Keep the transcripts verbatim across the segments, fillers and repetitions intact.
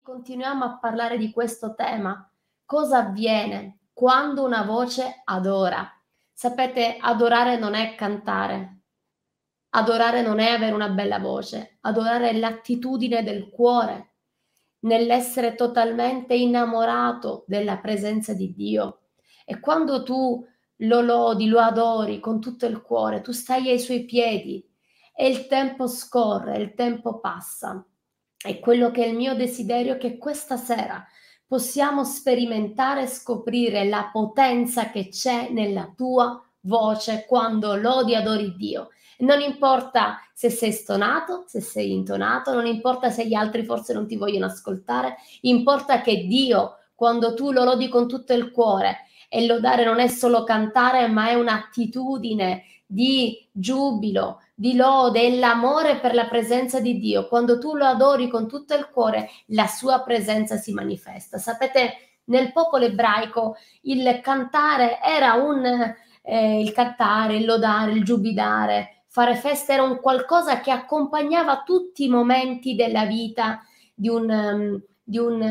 Continuiamo a parlare di questo tema. Cosa avviene quando una voce adora? Sapete, adorare non è cantare, adorare non è avere una bella voce, adorare è l'attitudine del cuore, nell'essere totalmente innamorato della presenza di Dio. E quando tu lo lodi, lo adori con tutto il cuore, tu stai ai suoi piedi e il tempo scorre, il tempo passa. E quello che è il mio desiderio è che questa sera possiamo sperimentare e scoprire la potenza che c'è nella tua voce quando lodi e adori Dio. Non importa se sei stonato, se sei intonato, non importa se gli altri forse non ti vogliono ascoltare, importa che Dio, quando tu lo lodi con tutto il cuore, e lodare non è solo cantare, ma è un'attitudine di giubilo, di lode, è l'amore per la presenza di Dio. Quando tu lo adori con tutto il cuore, la sua presenza si manifesta. Sapete, nel popolo ebraico il cantare era un eh, il cantare, il lodare, il giubilare, fare festa era un qualcosa che accompagnava tutti i momenti della vita di un um, di un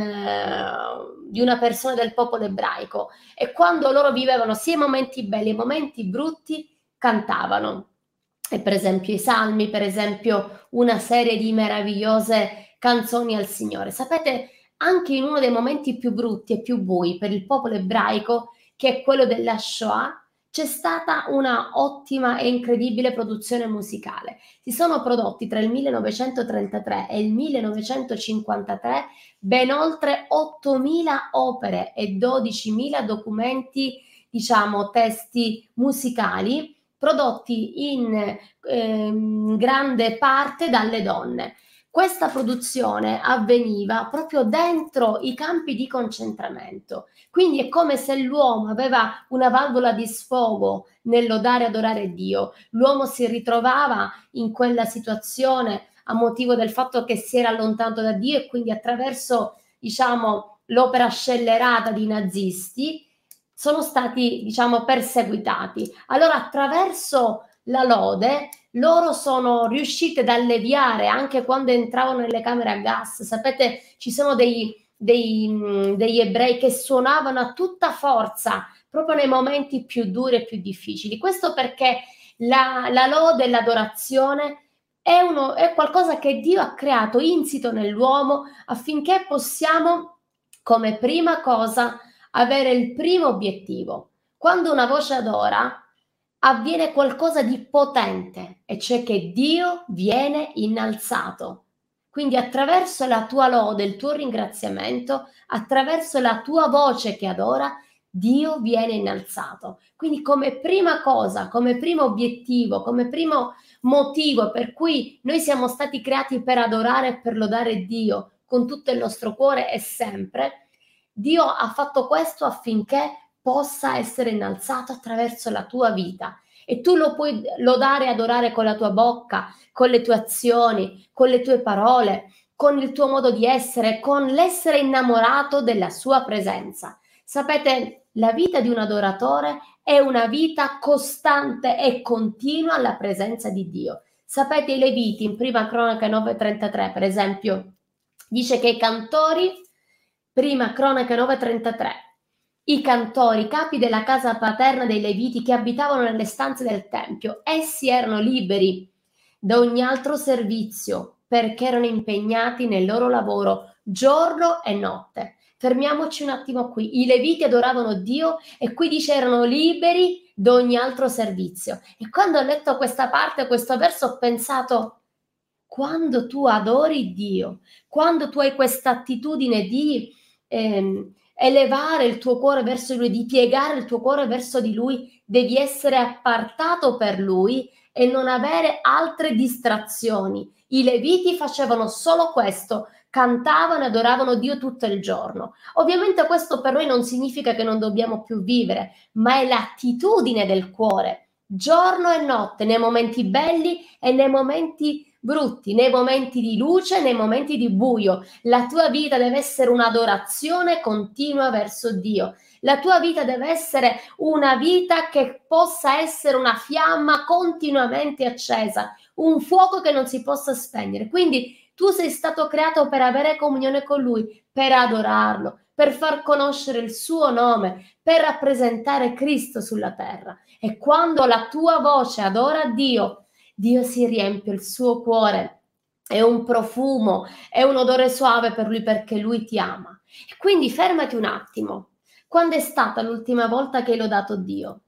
uh, di una persona del popolo ebraico, e quando loro vivevano sia i momenti belli e i momenti brutti cantavano. E per esempio i salmi, per esempio una serie di meravigliose canzoni al Signore. Sapete, anche in uno dei momenti più brutti e più bui per il popolo ebraico, che è quello della Shoah, c'è stata una ottima e incredibile produzione musicale. Si sono prodotti tra il millenovecentotrentatré e il millenovecentocinquantatré ben oltre ottomila opere e dodicimila documenti, diciamo, testi musicali prodotti in ehm, grande parte dalle donne. Questa produzione avveniva proprio dentro i campi di concentramento, quindi è come se l'uomo aveva una valvola di sfogo nel lodare e adorare Dio. L'uomo si ritrovava in quella situazione a motivo del fatto che si era allontanato da Dio, e quindi attraverso, diciamo, l'opera scellerata di nazisti sono stati, diciamo, perseguitati. Allora, attraverso la lode, loro sono riusciti ad alleviare anche quando entravano nelle camere a gas. Sapete, ci sono dei, dei, degli ebrei che suonavano a tutta forza proprio nei momenti più duri e più difficili. Questo perché la, la lode e l'adorazione è, uno, è qualcosa che Dio ha creato insito nell'uomo affinché possiamo, come prima cosa, avere il primo obiettivo. Quando una voce adora, avviene qualcosa di potente, e cioè che Dio viene innalzato. Quindi attraverso la tua lode, il tuo ringraziamento, attraverso la tua voce che adora, Dio viene innalzato. Quindi come prima cosa, come primo obiettivo, come primo motivo per cui noi siamo stati creati per adorare e per lodare Dio con tutto il nostro cuore e sempre, Dio ha fatto questo affinché possa essere innalzato attraverso la tua vita, e tu lo puoi lodare e adorare con la tua bocca, con le tue azioni, con le tue parole, con il tuo modo di essere, con l'essere innamorato della sua presenza. Sapete, la vita di un adoratore è una vita costante e continua alla presenza di Dio. Sapete, i Leviti in Prima Cronaca nove trentatré, per esempio, dice che i cantori, Prima Cronaca nove trentatré, i cantori, capi della casa paterna dei Leviti che abitavano nelle stanze del Tempio, essi erano liberi da ogni altro servizio perché erano impegnati nel loro lavoro giorno e notte. Fermiamoci un attimo qui. I Leviti adoravano Dio e qui dice erano liberi da ogni altro servizio. E quando ho letto questa parte, questo verso, ho pensato: quando tu adori Dio, quando tu hai questa attitudine di ehm, elevare il tuo cuore verso Lui, di piegare il tuo cuore verso di Lui, devi essere appartato per Lui e non avere altre distrazioni. I Leviti facevano solo questo, cantavano e adoravano Dio tutto il giorno. Ovviamente questo per noi non significa che non dobbiamo più vivere, ma è l'attitudine del cuore, giorno e notte, nei momenti belli e nei momenti brutti, nei momenti di luce e nei momenti di buio. La tua vita deve essere un'adorazione continua verso Dio. La tua vita deve essere una vita che possa essere una fiamma continuamente accesa, un fuoco che non si possa spegnere. Quindi Tu sei stato creato per avere comunione con Lui, per adorarlo, per far conoscere il suo nome, per rappresentare Cristo sulla terra. E quando la tua voce adora Dio, Dio si riempie il suo cuore. È un profumo, è un odore suave per Lui perché Lui ti ama. E quindi fermati un attimo. Quando è stata l'ultima volta che hai lodato Dio?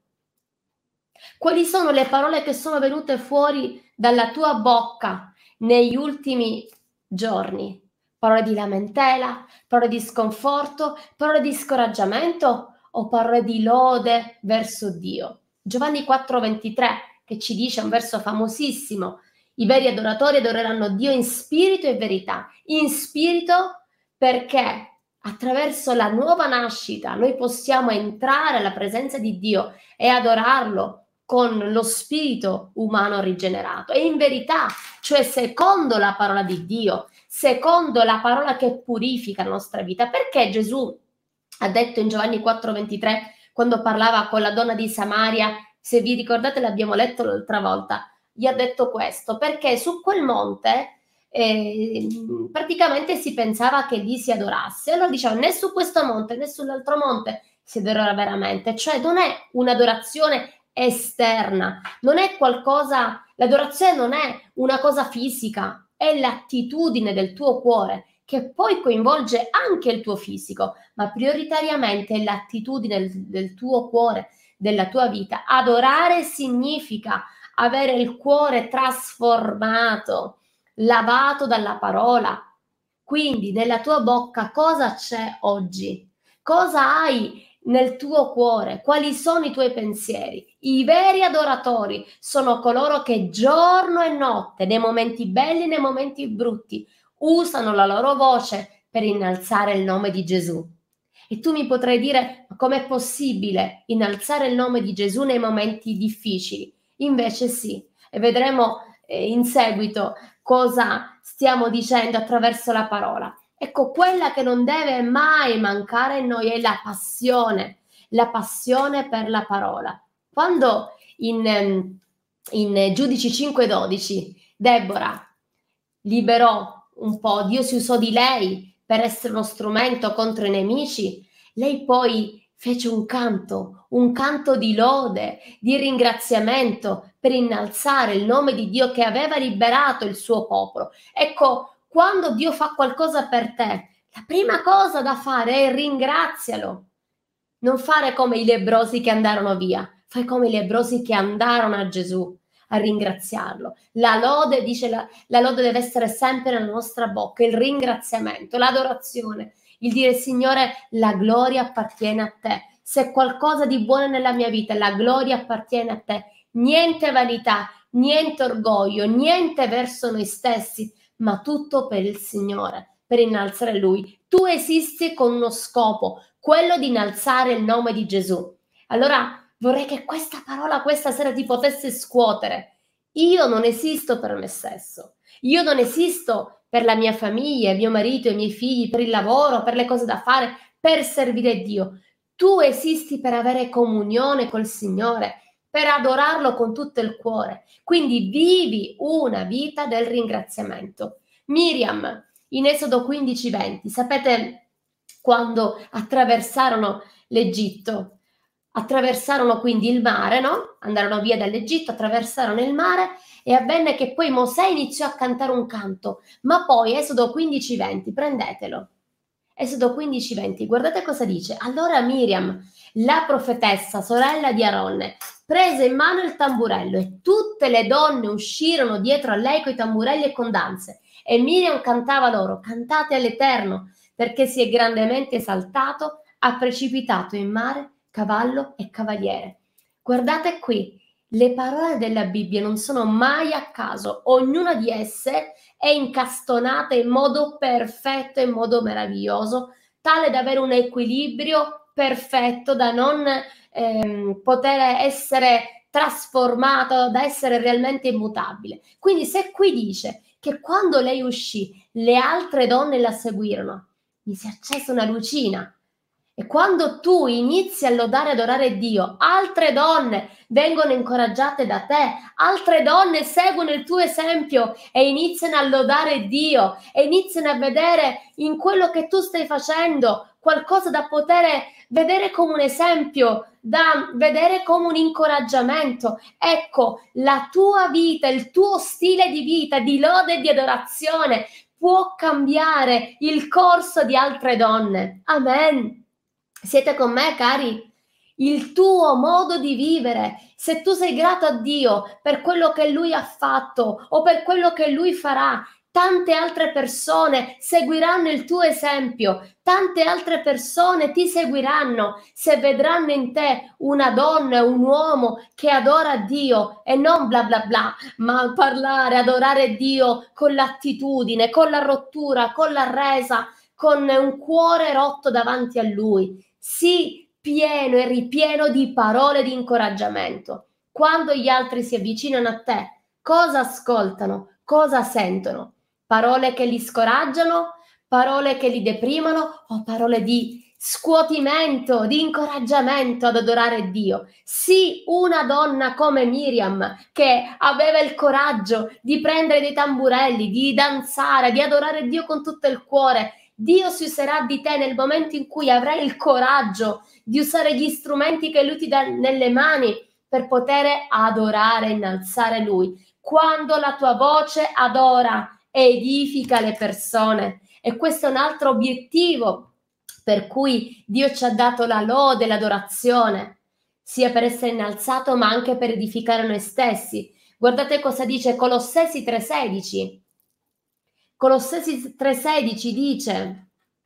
Quali sono le parole che sono venute fuori dalla tua bocca negli ultimi giorni? Parole di lamentela, parole di sconforto, parole di scoraggiamento o parole di lode verso Dio? Giovanni quattro ventitré, che ci dice un verso famosissimo: i veri adoratori adoreranno Dio in spirito e verità. In spirito perché attraverso la nuova nascita noi possiamo entrare alla presenza di Dio e adorarlo con lo spirito umano rigenerato, e in verità, cioè secondo la parola di Dio, secondo la parola che purifica la nostra vita. Perché Gesù ha detto in Giovanni quattro ventitré, quando parlava con la donna di Samaria, se vi ricordate l'abbiamo letto l'altra volta, gli ha detto questo, perché su quel monte eh, praticamente si pensava che lì si adorasse, allora diceva né su questo monte né sull'altro monte si adora veramente, cioè non è un'adorazione esterna, non è qualcosa, l'adorazione non è una cosa fisica, è l'attitudine del tuo cuore che poi coinvolge anche il tuo fisico, ma prioritariamente è l'attitudine del, del tuo cuore, della tua vita. Adorare significa avere il cuore trasformato, lavato dalla parola. Quindi nella tua bocca cosa c'è oggi? Cosa hai nel tuo cuore? Quali sono i tuoi pensieri? I veri adoratori sono coloro che giorno e notte, nei momenti belli e nei momenti brutti, usano la loro voce per innalzare il nome di Gesù. E tu mi potrai dire: ma com'è possibile innalzare il nome di Gesù nei momenti difficili? Invece sì, e vedremo eh, in seguito cosa stiamo dicendo attraverso la parola. Ecco, quella che non deve mai mancare in noi è la passione, la passione per la parola. Quando in, in Giudici cinque dodici Deborah liberò un po', Dio si usò di lei per essere uno strumento contro i nemici, lei poi fece un canto, un canto di lode, di ringraziamento per innalzare il nome di Dio che aveva liberato il suo popolo. Ecco, quando Dio fa qualcosa per te, la prima cosa da fare è ringrazialo. Non fare come i lebbrosi che andarono via, fai come i lebbrosi che andarono a Gesù a ringraziarlo. La lode, dice la, la lode deve essere sempre nella nostra bocca, il ringraziamento, l'adorazione, il dire: Signore, la gloria appartiene a te. Se qualcosa di buono è nella mia vita, la gloria appartiene a te. Niente vanità, niente orgoglio, niente verso noi stessi, ma tutto per il Signore, per innalzare Lui. Tu esisti con uno scopo, quello di innalzare il nome di Gesù. Allora vorrei che questa parola questa sera ti potesse scuotere. Io non esisto per me stesso, io non esisto per la mia famiglia, mio marito, i miei figli, per il lavoro, per le cose da fare, per servire Dio. Tu esisti per avere comunione col Signore, per adorarlo con tutto il cuore. Quindi vivi una vita del ringraziamento. Miriam, in Esodo quindici venti, sapete quando attraversarono l'Egitto? Attraversarono quindi il mare, no? Andarono via dall'Egitto, attraversarono il mare e avvenne che poi Mosè iniziò a cantare un canto. Ma poi, Esodo quindici venti, prendetelo. Esodo quindici venti, guardate cosa dice. Allora Miriam, la profetessa, sorella di Aronne, prese in mano il tamburello e tutte le donne uscirono dietro a lei coi tamburelli e con danze. E Miriam cantava loro: cantate all'Eterno, perché si è grandemente esaltato, ha precipitato in mare cavallo e cavaliere. Guardate qui, le parole della Bibbia non sono mai a caso, ognuna di esse è incastonata in modo perfetto, in modo meraviglioso, tale da avere un equilibrio perfetto, da non ehm, poter essere trasformato, da essere realmente immutabile. Quindi se qui dice che quando lei uscì le altre donne la seguirono, mi si è accesa una lucina. E quando tu inizi a lodare e adorare Dio, altre donne vengono incoraggiate da te, altre donne seguono il tuo esempio e iniziano a lodare Dio e iniziano a vedere in quello che tu stai facendo qualcosa da poter vedere come un esempio, da vedere come un incoraggiamento. Ecco, la tua vita, il tuo stile di vita, di lode e di adorazione può cambiare il corso di altre donne. Amen. Siete con me, cari? Il tuo modo di vivere, se tu sei grato a Dio per quello che Lui ha fatto o per quello che Lui farà, tante altre persone seguiranno il tuo esempio, tante altre persone ti seguiranno se vedranno in te una donna, un uomo che adora Dio e non bla bla bla, ma parlare, adorare Dio con l'attitudine, con la rottura, con la resa, con un cuore rotto davanti a Lui. Sii pieno e ripieno di parole di incoraggiamento. Quando gli altri si avvicinano a te, cosa ascoltano? Cosa sentono? Parole che li scoraggiano? Parole che li deprimono? O parole di scuotimento, di incoraggiamento ad adorare Dio? Sii una donna come Miriam, che aveva il coraggio di prendere dei tamburelli, di danzare, di adorare Dio con tutto il cuore. Dio si userà di te nel momento in cui avrai il coraggio di usare gli strumenti che Lui ti dà nelle mani per poter adorare e innalzare Lui. Quando la tua voce adora, edifica le persone. E questo è un altro obiettivo per cui Dio ci ha dato la lode, l'adorazione, sia per essere innalzato ma anche per edificare noi stessi. Guardate cosa dice Colossesi tre sedici. Colossesi tre sedici dice: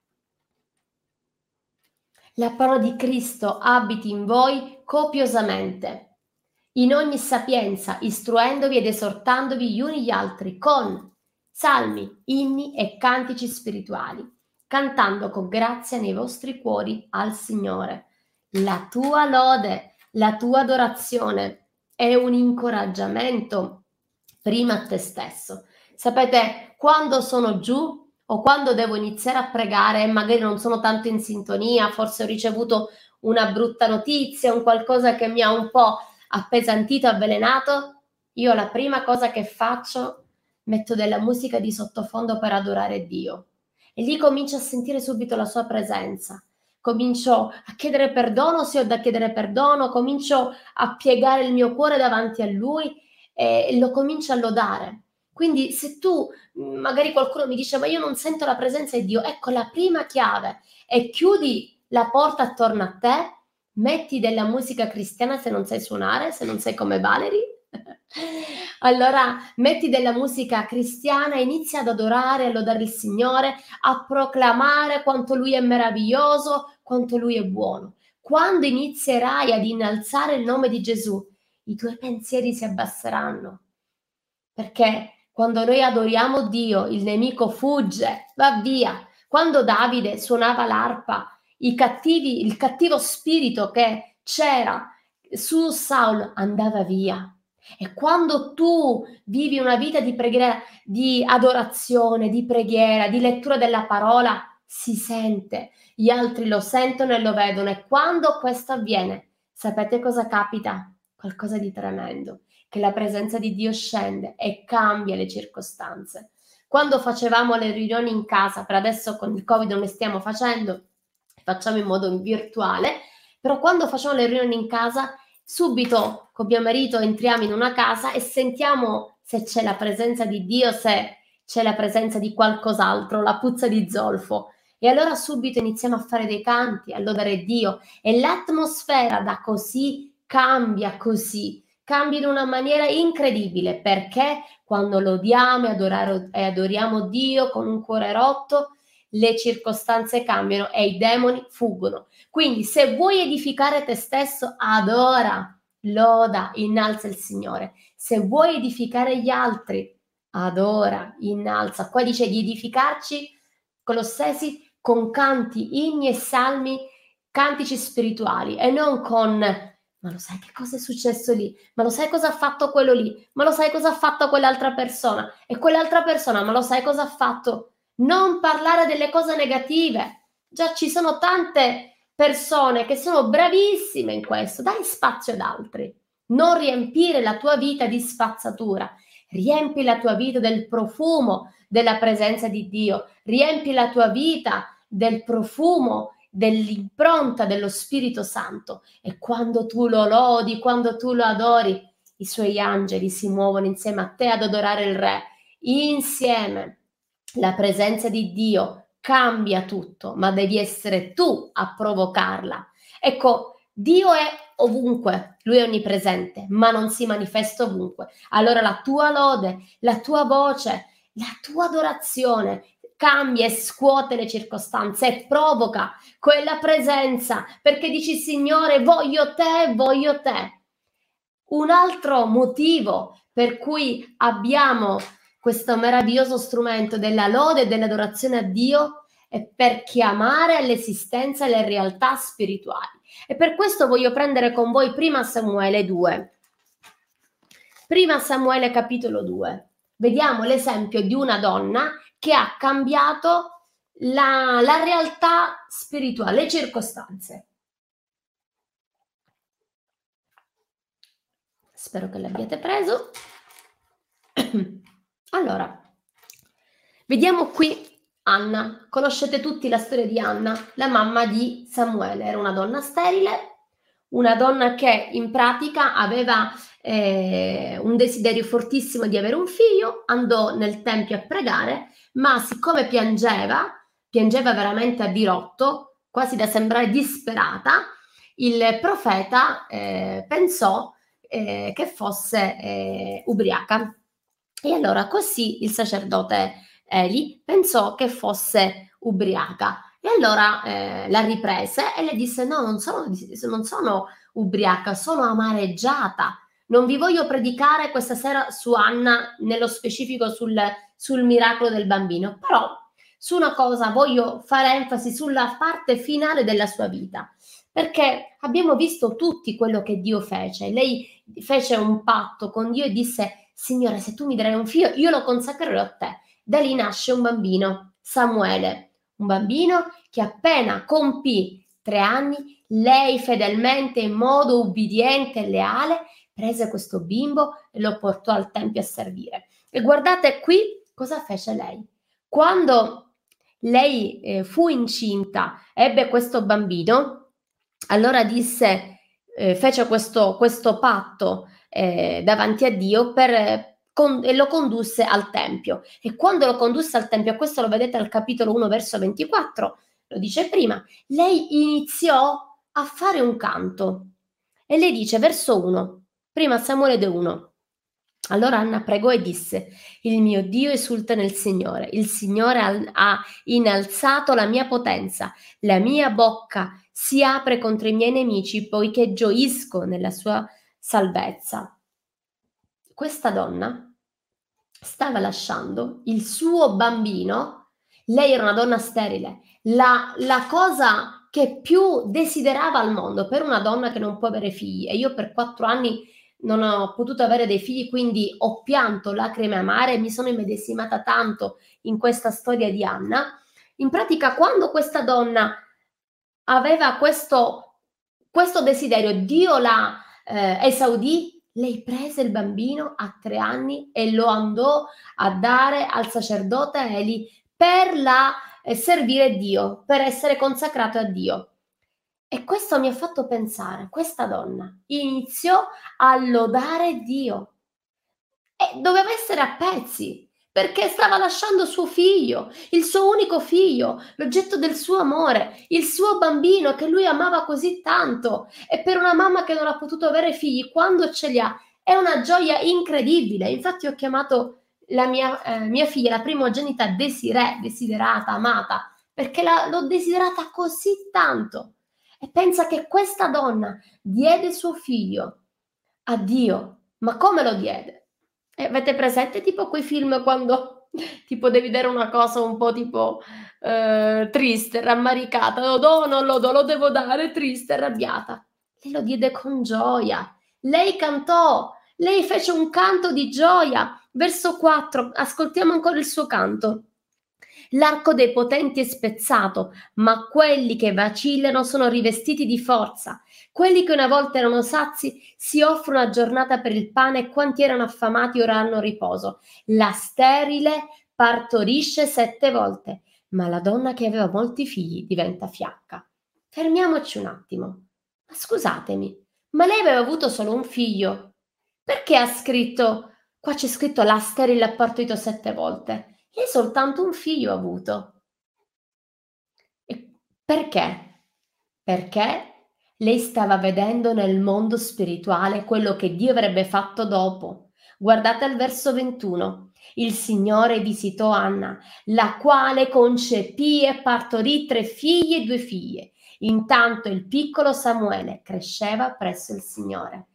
la parola di Cristo abiti in voi copiosamente, in ogni sapienza, istruendovi ed esortandovi gli uni gli altri con salmi, inni e cantici spirituali, cantando con grazia nei vostri cuori al Signore. La tua lode, la tua adorazione è un incoraggiamento prima a te stesso. Sapete, quando sono giù o quando devo iniziare a pregare e magari non sono tanto in sintonia, forse ho ricevuto una brutta notizia, un qualcosa che mi ha un po' appesantito, avvelenato, io la prima cosa che faccio, metto della musica di sottofondo per adorare Dio e lì comincio a sentire subito la sua presenza. Comincio a chiedere perdono se ho da chiedere perdono, comincio a piegare il mio cuore davanti a Lui e lo comincio a lodare. Quindi se tu, magari qualcuno mi dice ma io non sento la presenza di Dio, ecco la prima chiave è chiudi la porta attorno a te, metti della musica cristiana se non sai suonare, se non sei come Valerie, allora metti della musica cristiana e inizia ad adorare, a lodare il Signore, a proclamare quanto Lui è meraviglioso, quanto Lui è buono. Quando inizierai ad innalzare il nome di Gesù, i tuoi pensieri si abbasseranno, perché quando noi adoriamo Dio, il nemico fugge, va via. Quando Davide suonava l'arpa, i cattivi, il cattivo spirito che c'era su Saul andava via. E quando tu vivi una vita di preghiera, di adorazione, di preghiera, di lettura della parola, si sente, gli altri lo sentono e lo vedono. E quando questo avviene, sapete cosa capita? Qualcosa di tremendo. Che la presenza di Dio scende e cambia le circostanze. Quando facevamo le riunioni in casa, per adesso con il Covid non le stiamo facendo, facciamo in modo virtuale, però quando facciamo le riunioni in casa, subito con mio marito entriamo in una casa e sentiamo se c'è la presenza di Dio, se c'è la presenza di qualcos'altro, la puzza di zolfo. E allora subito iniziamo a fare dei canti, a lodare Dio e l'atmosfera da così cambia così. Cambia in una maniera incredibile, perché quando lodiamo e, adorare, e adoriamo Dio con un cuore rotto, le circostanze cambiano e i demoni fuggono. Quindi se vuoi edificare te stesso, adora, loda, innalza il Signore. Se vuoi edificare gli altri, adora, innalza. Qua dice di edificarci, Colossesi, con canti, inni e salmi, cantici spirituali e non con ma lo sai che cosa è successo lì? Ma lo sai cosa ha fatto quello lì? Ma lo sai cosa ha fatto quell'altra persona? E quell'altra persona, ma lo sai cosa ha fatto? Non parlare delle cose negative. Già ci sono tante persone che sono bravissime in questo, dai spazio ad altri. Non riempire la tua vita di spazzatura, riempi la tua vita del profumo della presenza di Dio, riempi la tua vita del profumo dell'impronta dello Spirito Santo, e quando tu lo lodi, quando tu lo adori, i suoi angeli si muovono insieme a te ad adorare il Re. Insieme la presenza di Dio cambia tutto, ma devi essere tu a provocarla. Ecco, Dio è ovunque, Lui è onnipresente, ma non si manifesta ovunque. Allora la tua lode, la tua voce, la tua adorazione cambia e scuote le circostanze e provoca quella presenza, perché dici: Signore, voglio te, voglio te. Un altro motivo per cui abbiamo questo meraviglioso strumento della lode e dell'adorazione a Dio è per chiamare all'esistenza le realtà spirituali. E per questo voglio prendere con voi prima Samuele due. Prima Samuele capitolo due. Vediamo l'esempio di una donna che ha cambiato la, la realtà spirituale, le circostanze. Spero che l'abbiate preso. Allora, vediamo qui Anna. Conoscete tutti la storia di Anna, la mamma di Samuele. Era una donna sterile, una donna che in pratica aveva eh, un desiderio fortissimo di avere un figlio, andò nel tempio a pregare, ma siccome piangeva, piangeva veramente a dirotto, quasi da sembrare disperata, il profeta eh, pensò eh, che fosse eh, ubriaca. E allora così il sacerdote Eli pensò che fosse ubriaca. E allora eh, la riprese e le disse: no, non sono, non sono ubriaca, sono amareggiata. Non vi voglio predicare questa sera su Anna, nello specifico sul, sul miracolo del bambino, però su una cosa voglio fare enfasi sulla parte finale della sua vita, perché abbiamo visto tutti quello che Dio fece. Lei fece un patto con Dio e disse: Signore, se tu mi darai un figlio, io lo consacrerò a te. Da lì nasce un bambino, Samuele, un bambino che appena compì tre anni, lei fedelmente, in modo ubbidiente e leale, prese questo bimbo e lo portò al tempio a servire. E guardate qui cosa fece lei. Quando lei eh, fu incinta, ebbe questo bambino, allora disse, eh, fece questo, questo patto eh, davanti a Dio per... Con, e lo condusse al tempio. E quando lo condusse al tempio, questo lo vedete al capitolo uno verso ventiquattro, lo dice prima, lei iniziò a fare un canto e lei dice verso uno, prima Samuele due uno. Allora Anna pregò e disse: il mio Dio esulta nel Signore, il Signore ha innalzato la mia potenza, la mia bocca si apre contro i miei nemici poiché gioisco nella sua salvezza. Questa donna stava lasciando il suo bambino, lei era una donna sterile, la, la cosa che più desiderava al mondo per una donna che non può avere figli, e io per quattro anni non ho potuto avere dei figli, quindi ho pianto lacrime amare e mi sono immedesimata tanto in questa storia di Anna. In pratica, quando questa donna aveva questo, questo desiderio, Dio la eh, esaudì. Lei prese il bambino a tre anni e lo andò a dare al sacerdote Eli per la, eh, servire Dio, per essere consacrato a Dio. E questo mi ha fatto pensare, questa donna iniziò a lodare Dio e doveva essere a pezzi, perché stava lasciando suo figlio, il suo unico figlio, l'oggetto del suo amore, il suo bambino che lui amava così tanto. E per una mamma che non ha potuto avere figli, quando ce li ha, è una gioia incredibile. Infatti ho chiamato la mia, eh, mia figlia, la primogenita, Desiree, desiderata, amata, perché la, l'ho desiderata così tanto. E pensa che questa donna diede suo figlio a Dio. Ma come lo diede? E avete presente tipo quei film quando tipo devi dare una cosa un po' tipo eh, triste, rammaricata, lo do o non lo do, lo devo dare, triste, arrabbiata. Lei lo diede con gioia, lei cantò, lei fece un canto di gioia. Verso quattro, ascoltiamo ancora il suo canto. L'arco dei potenti è spezzato, ma quelli che vacillano sono rivestiti di forza. Quelli che una volta erano sazi si offrono a giornata per il pane e quanti erano affamati ora hanno riposo. La sterile partorisce sette volte, ma la donna che aveva molti figli diventa fiacca. Fermiamoci un attimo. Ma scusatemi, ma lei aveva avuto solo un figlio? Perché ha scritto, qua c'è scritto la sterile ha partorito sette volte? Lei soltanto un figlio ha avuto. E perché? Perché lei stava vedendo nel mondo spirituale quello che Dio avrebbe fatto dopo. Guardate al verso ventuno. Il Signore visitò Anna, la quale concepì e partorì tre figli e due figlie. Intanto il piccolo Samuele cresceva presso il Signore.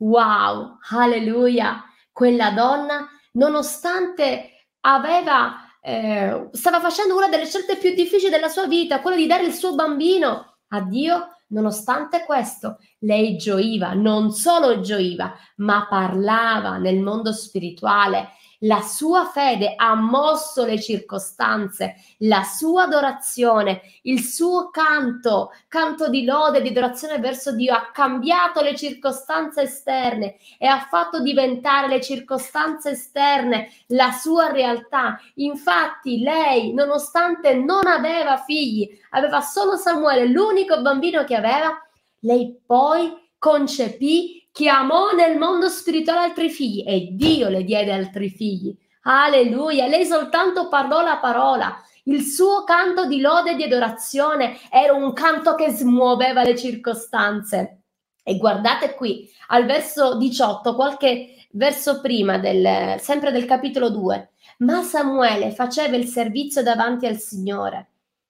Wow, alleluia! Quella donna, nonostante aveva eh, stava facendo una delle scelte più difficili della sua vita, quella di dare il suo bambino a Dio, nonostante questo, lei gioiva, non solo gioiva, ma parlava nel mondo spirituale. La sua fede ha mosso le circostanze, la sua adorazione, il suo canto, canto di lode, di adorazione verso Dio, ha cambiato le circostanze esterne e ha fatto diventare le circostanze esterne la sua realtà. Infatti lei, nonostante non aveva figli, aveva solo Samuele, l'unico bambino che aveva, lei poi concepì, chiamò nel mondo spirituale altri figli e Dio le diede altri figli. Alleluia! Lei soltanto parlò la parola. Il suo canto di lode e di adorazione era un canto che smuoveva le circostanze. E guardate qui, al verso diciotto, qualche verso prima, del, sempre del capitolo due. Ma Samuele faceva il servizio davanti al Signore.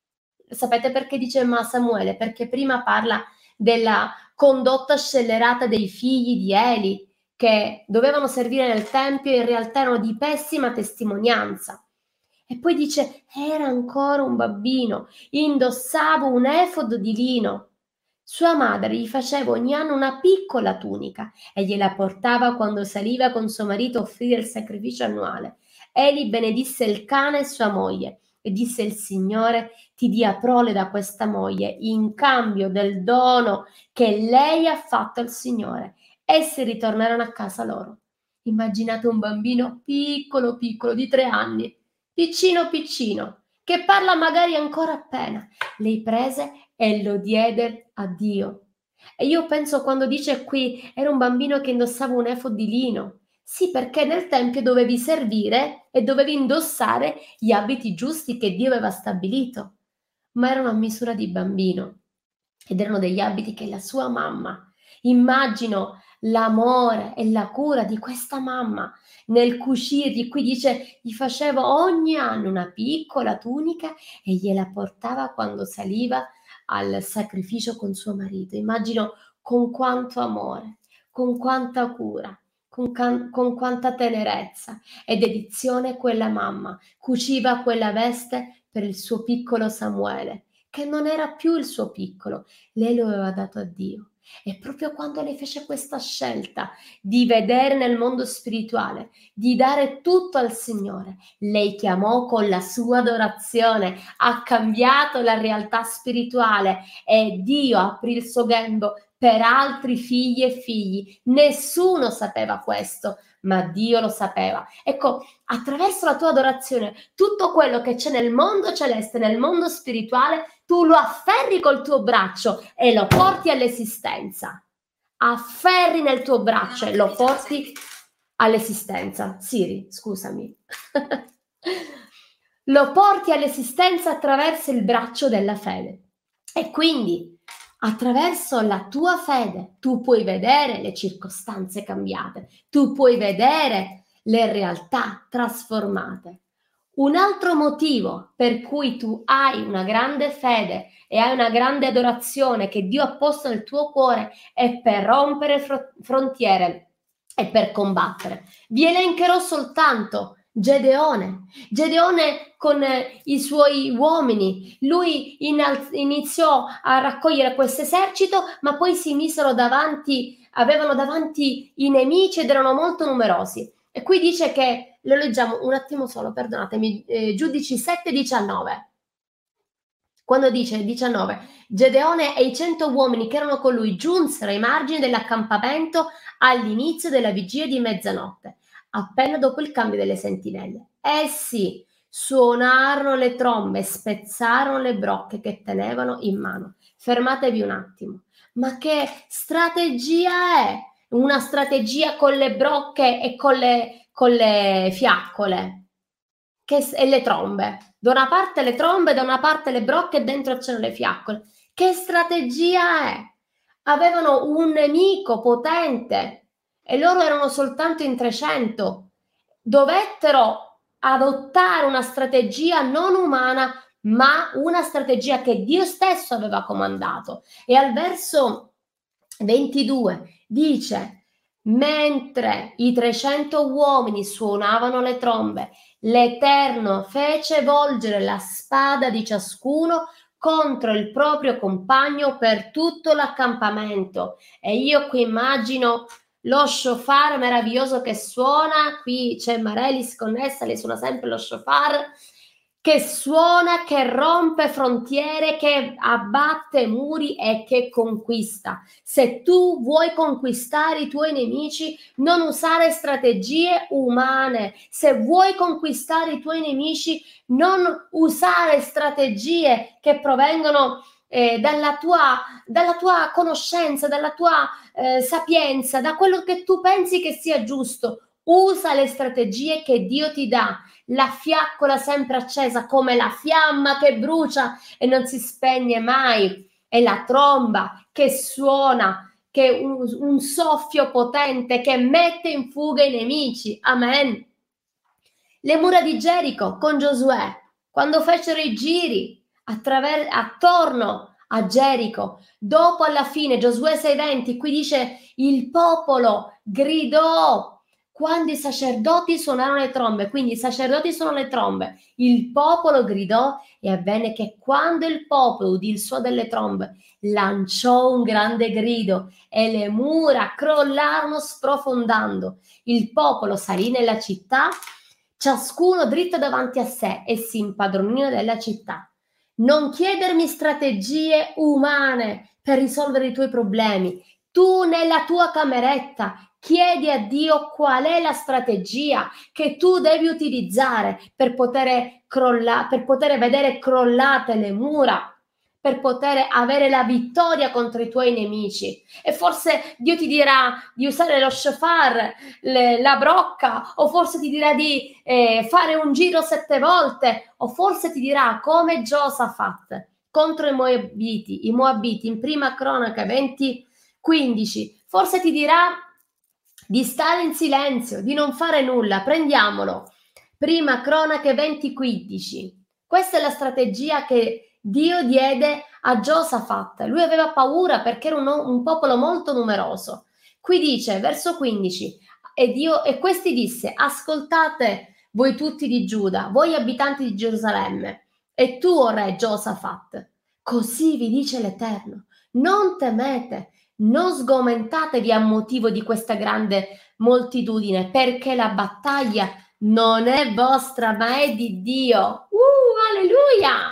Sapete perché dice ma Samuele? Perché prima parla della condotta scellerata dei figli di Eli, che dovevano servire nel Tempio e in realtà erano di pessima testimonianza. E poi dice, era ancora un bambino, indossava un efod di lino. Sua madre gli faceva ogni anno una piccola tunica e gliela portava quando saliva con suo marito a offrire il sacrificio annuale. Eli benedisse il cane e sua moglie e disse il Signore ti dia prole da questa moglie in cambio del dono che lei ha fatto al Signore. Essi ritornarono a casa loro. Immaginate un bambino piccolo piccolo di tre anni, piccino piccino, che parla magari ancora appena. Lei prese e lo diede a Dio. E io penso quando dice qui era un bambino che indossava un efod di lino. Sì, perché nel Tempio dovevi servire e dovevi indossare gli abiti giusti che Dio aveva stabilito, ma erano a misura di bambino ed erano degli abiti che la sua mamma, immagino l'amore e la cura di questa mamma nel cucirgli, qui dice gli faceva ogni anno una piccola tunica e gliela portava quando saliva al sacrificio con suo marito. Immagino con quanto amore, con quanta cura, con, can- con quanta tenerezza e dedizione quella mamma cuciva quella veste per il suo piccolo Samuele, che non era più il suo piccolo, lei lo aveva dato a Dio. E proprio quando lei fece questa scelta di vedere nel mondo spirituale, di dare tutto al Signore, lei chiamò con la sua adorazione, ha cambiato la realtà spirituale e Dio aprì il suo grembo per altri figli e figli. Nessuno sapeva questo, ma Dio lo sapeva. Ecco, attraverso la tua adorazione, tutto quello che c'è nel mondo celeste, nel mondo spirituale, tu lo afferri col tuo braccio e lo porti all'esistenza. Afferri nel tuo braccio e lo porti all'esistenza. Siri, scusami. Lo porti all'esistenza attraverso il braccio della fede. E quindi, attraverso la tua fede, tu puoi vedere le circostanze cambiate, tu puoi vedere le realtà trasformate. Un altro motivo per cui tu hai una grande fede e hai una grande adorazione che Dio ha posto nel tuo cuore è per rompere fro- frontiere e per combattere. Vi elencherò soltanto Gedeone. Gedeone con eh, i suoi uomini, lui inal- iniziò a raccogliere questo esercito, ma poi si misero davanti, avevano davanti i nemici ed erano molto numerosi. E qui dice che, lo leggiamo un attimo solo, perdonatemi, eh, Giudici sette diciannove. Quando dice diciannove, Gedeone e i cento uomini che erano con lui giunsero ai margini dell'accampamento all'inizio della vigilia di mezzanotte, appena dopo il cambio delle sentinelle. Essi suonarono le trombe, spezzarono le brocche che tenevano in mano. Fermatevi un attimo. Ma che strategia è? Una strategia con le brocche e con le, con le fiaccole che, e le trombe. Da una parte le trombe, da una parte le brocche e dentro c'erano le fiaccole. Che strategia è? Avevano un nemico potente e loro erano soltanto in trecento. Dovettero adottare una strategia non umana, ma una strategia che Dio stesso aveva comandato. E al verso ventidue dice: mentre i trecento uomini suonavano le trombe, l'Eterno fece volgere la spada di ciascuno contro il proprio compagno per tutto l'accampamento. E io qui immagino lo shofar meraviglioso che suona, qui c'è Marelis connessa, lei suona sempre lo shofar, che suona, che rompe frontiere, che abbatte muri e che conquista. Se tu vuoi conquistare i tuoi nemici, non usare strategie umane. Se vuoi conquistare i tuoi nemici, non usare strategie che provengono eh, dalla tua, dalla tua conoscenza, dalla tua eh, sapienza, da quello che tu pensi che sia giusto. Usa le strategie che Dio ti dà, la fiaccola sempre accesa come la fiamma che brucia e non si spegne mai, e la tromba che suona, che è un, un soffio potente che mette in fuga i nemici. Amen. Le mura di Gerico con Giosuè, quando fecero i giri attraver- attorno a Gerico, dopo alla fine Giosuè sei venti, qui dice il popolo gridò quando i sacerdoti suonarono le trombe, quindi i sacerdoti suonano le trombe, il popolo gridò e avvenne che quando il popolo udì il suono delle trombe lanciò un grande grido e le mura crollarono sprofondando. Il popolo salì nella città, ciascuno dritto davanti a sé, e si impadronì della città. Non chiedermi strategie umane per risolvere i tuoi problemi. Tu nella tua cameretta chiedi a Dio qual è la strategia che tu devi utilizzare per poter crollare, per poter vedere crollate le mura, per poter avere la vittoria contro i tuoi nemici. E forse Dio ti dirà di usare lo shofar, le, la brocca, o forse ti dirà di eh, fare un giro sette volte, o forse ti dirà come Giosafat contro i Moabiti, i Moabiti in prima cronaca venti quindici, forse ti dirà di stare in silenzio, di non fare nulla. Prendiamolo. Prima cronache venti quindici. Questa è la strategia che Dio diede a Giosafat. Lui aveva paura perché era un, un popolo molto numeroso. Qui dice, verso quindici, e Dio, e questi disse: ascoltate voi tutti di Giuda, voi abitanti di Gerusalemme, e tu, o re Giosafat, così vi dice l'Eterno: non temete, non sgomentatevi a motivo di questa grande moltitudine, perché la battaglia non è vostra, ma è di Dio. Uh, alleluia!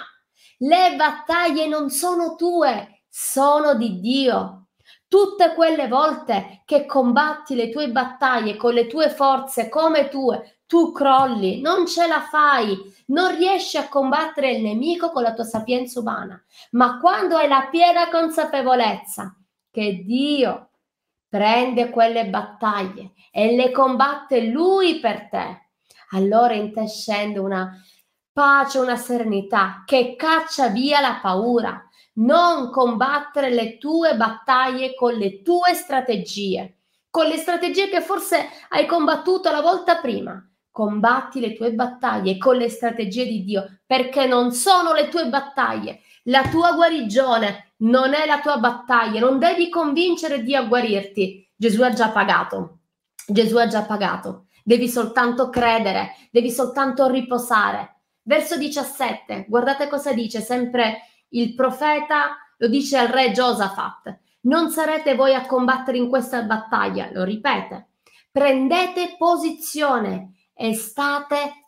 Le battaglie non sono tue, sono di Dio. Tutte quelle volte che combatti le tue battaglie con le tue forze come tue, tu crolli, non ce la fai, non riesci a combattere il nemico con la tua sapienza umana. Ma quando hai la piena consapevolezza che Dio prende quelle battaglie e le combatte Lui per te, allora in te scende una pace, una serenità che caccia via la paura. Non combattere le tue battaglie con le tue strategie, con le strategie che forse hai combattuto la volta prima. Combatti le tue battaglie con le strategie di Dio, perché non sono le tue battaglie. La tua guarigione non è la tua battaglia, non devi convincere Dio a guarirti. Gesù ha già pagato. Gesù ha già pagato. Devi soltanto credere, devi soltanto riposare. Verso diciassette, guardate cosa dice sempre il profeta, lo dice al re Giosafat: non sarete voi a combattere in questa battaglia, lo ripete, Prendete posizione e state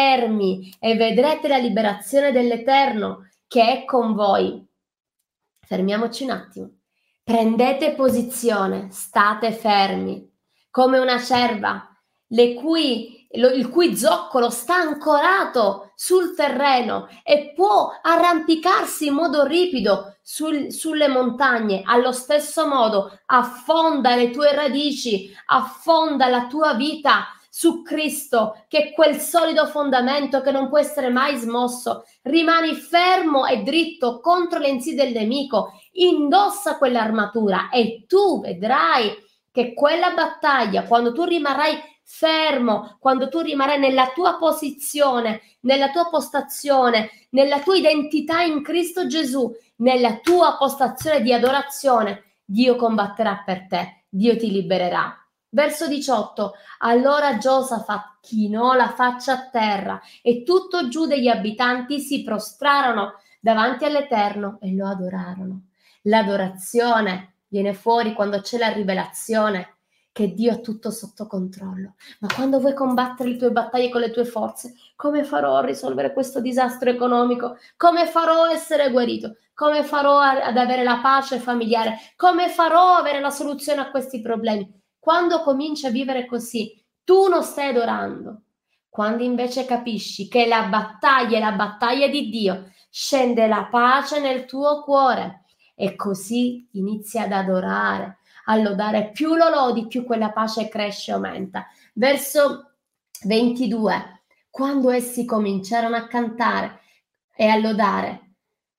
fermi e vedrete la liberazione dell'Eterno che è con voi. Fermiamoci un attimo. Prendete posizione, state fermi, come una cerva le cui, lo, il cui zoccolo sta ancorato sul terreno e può arrampicarsi in modo ripido sul, sulle montagne. Allo stesso modo affonda le tue radici, affonda la tua vita su Cristo, che è quel solido fondamento che non può essere mai smosso. Rimani fermo e dritto contro le insidie del nemico, indossa quell'armatura e tu vedrai che quella battaglia, quando tu rimarrai fermo, quando tu rimarrai nella tua posizione, nella tua postazione, nella tua identità in Cristo Gesù, nella tua postazione di adorazione, Dio combatterà per te, Dio ti libererà. Verso diciotto, allora Giosafat chinò la faccia a terra e tutto Giuda e gli abitanti si prostrarono davanti all'Eterno e lo adorarono. L'adorazione viene fuori quando c'è la rivelazione che Dio ha tutto sotto controllo. Ma quando vuoi combattere le tue battaglie con le tue forze, come farò a risolvere questo disastro economico? Come farò a essere guarito? Come farò a, ad avere la pace familiare? Come farò a avere la soluzione a questi problemi? Quando cominci a vivere così, tu non stai adorando. Quando invece capisci che la battaglia è la battaglia di Dio, scende la pace nel tuo cuore e così inizi ad adorare, a lodare. Più lo lodi, più quella pace cresce e aumenta. Verso ventidue, quando essi cominciarono a cantare e a lodare,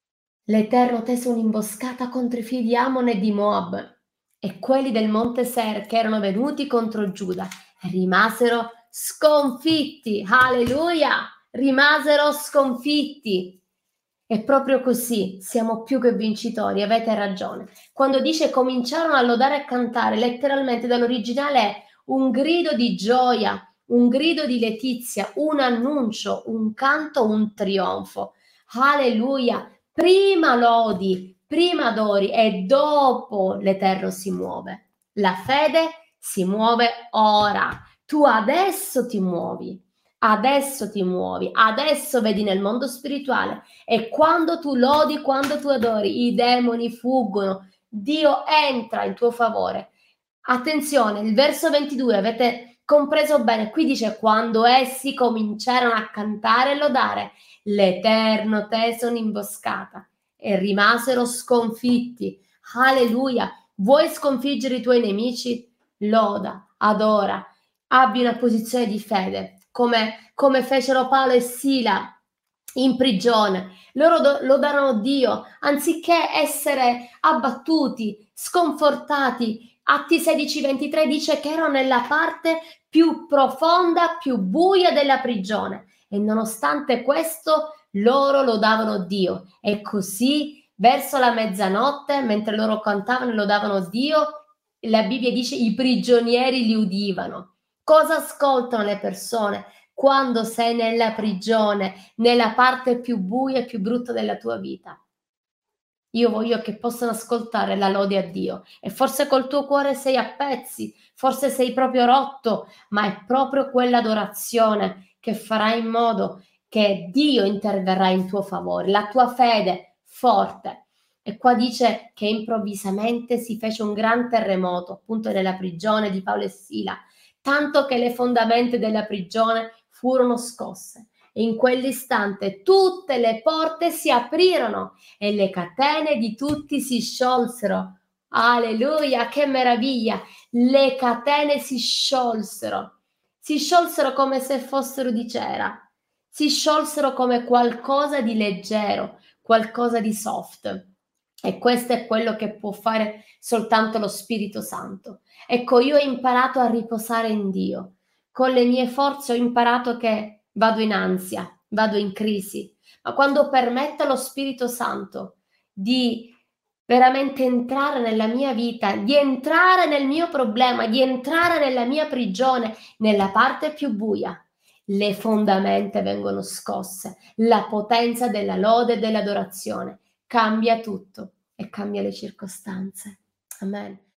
l'Eterno tese un'imboscata contro i figli di Ammon e di Moab, e quelli del monte Ser che erano venuti contro Giuda rimasero sconfitti. Alleluia! Rimasero sconfitti. È proprio così, siamo più che vincitori, avete ragione. Quando dice cominciarono a lodare e cantare, letteralmente dall'originale è un grido di gioia, un grido di letizia, un annuncio, un canto, un trionfo. Alleluia! Prima lodi, prima adori e dopo l'Eterno si muove. La fede si muove ora. Tu adesso ti muovi, adesso ti muovi, adesso vedi nel mondo spirituale e quando tu lodi, quando tu adori, i demoni fuggono, Dio entra in tuo favore. Attenzione, il verso ventidue, avete compreso bene? Qui dice quando essi cominciarono a cantare e lodare, l'Eterno tese un'imboscata e rimasero sconfitti. Alleluia! Vuoi sconfiggere i tuoi nemici? Loda, adora, abbi una posizione di fede, come, come fecero Paolo e Sila in prigione. Loro do, lodarono Dio, anziché essere abbattuti, sconfortati. Atti sedici ventitré dice che erano nella parte più profonda, più buia della prigione e nonostante questo loro lodavano Dio e così verso la mezzanotte, mentre loro cantavano e lodavano Dio, la Bibbia dice i prigionieri li udivano. Cosa ascoltano le persone quando sei nella prigione, nella parte più buia e più brutta della tua vita? Io voglio che possano ascoltare la lode a Dio e forse col tuo cuore sei a pezzi, forse sei proprio rotto, ma è proprio quell'adorazione che farà in modo che Dio interverrà in tuo favore, la tua fede forte. E qua dice che improvvisamente si fece un gran terremoto, appunto nella prigione di Paolo e Sila, tanto che le fondamenta della prigione furono scosse. E in quell'istante tutte le porte si aprirono e le catene di tutti si sciolsero. Alleluia, che meraviglia! Le catene si sciolsero. Si sciolsero come se fossero di cera. Si sciolsero come qualcosa di leggero, qualcosa di soft. E questo è quello che può fare soltanto lo Spirito Santo. Ecco, io ho imparato a riposare in Dio. Con le mie forze ho imparato che vado in ansia, vado in crisi, ma quando permetto allo Spirito Santo di veramente entrare nella mia vita, di entrare nel mio problema, di entrare nella mia prigione, nella parte più buia, le fondamenta vengono scosse, la potenza della lode e dell'adorazione cambia tutto e cambia le circostanze. Amen.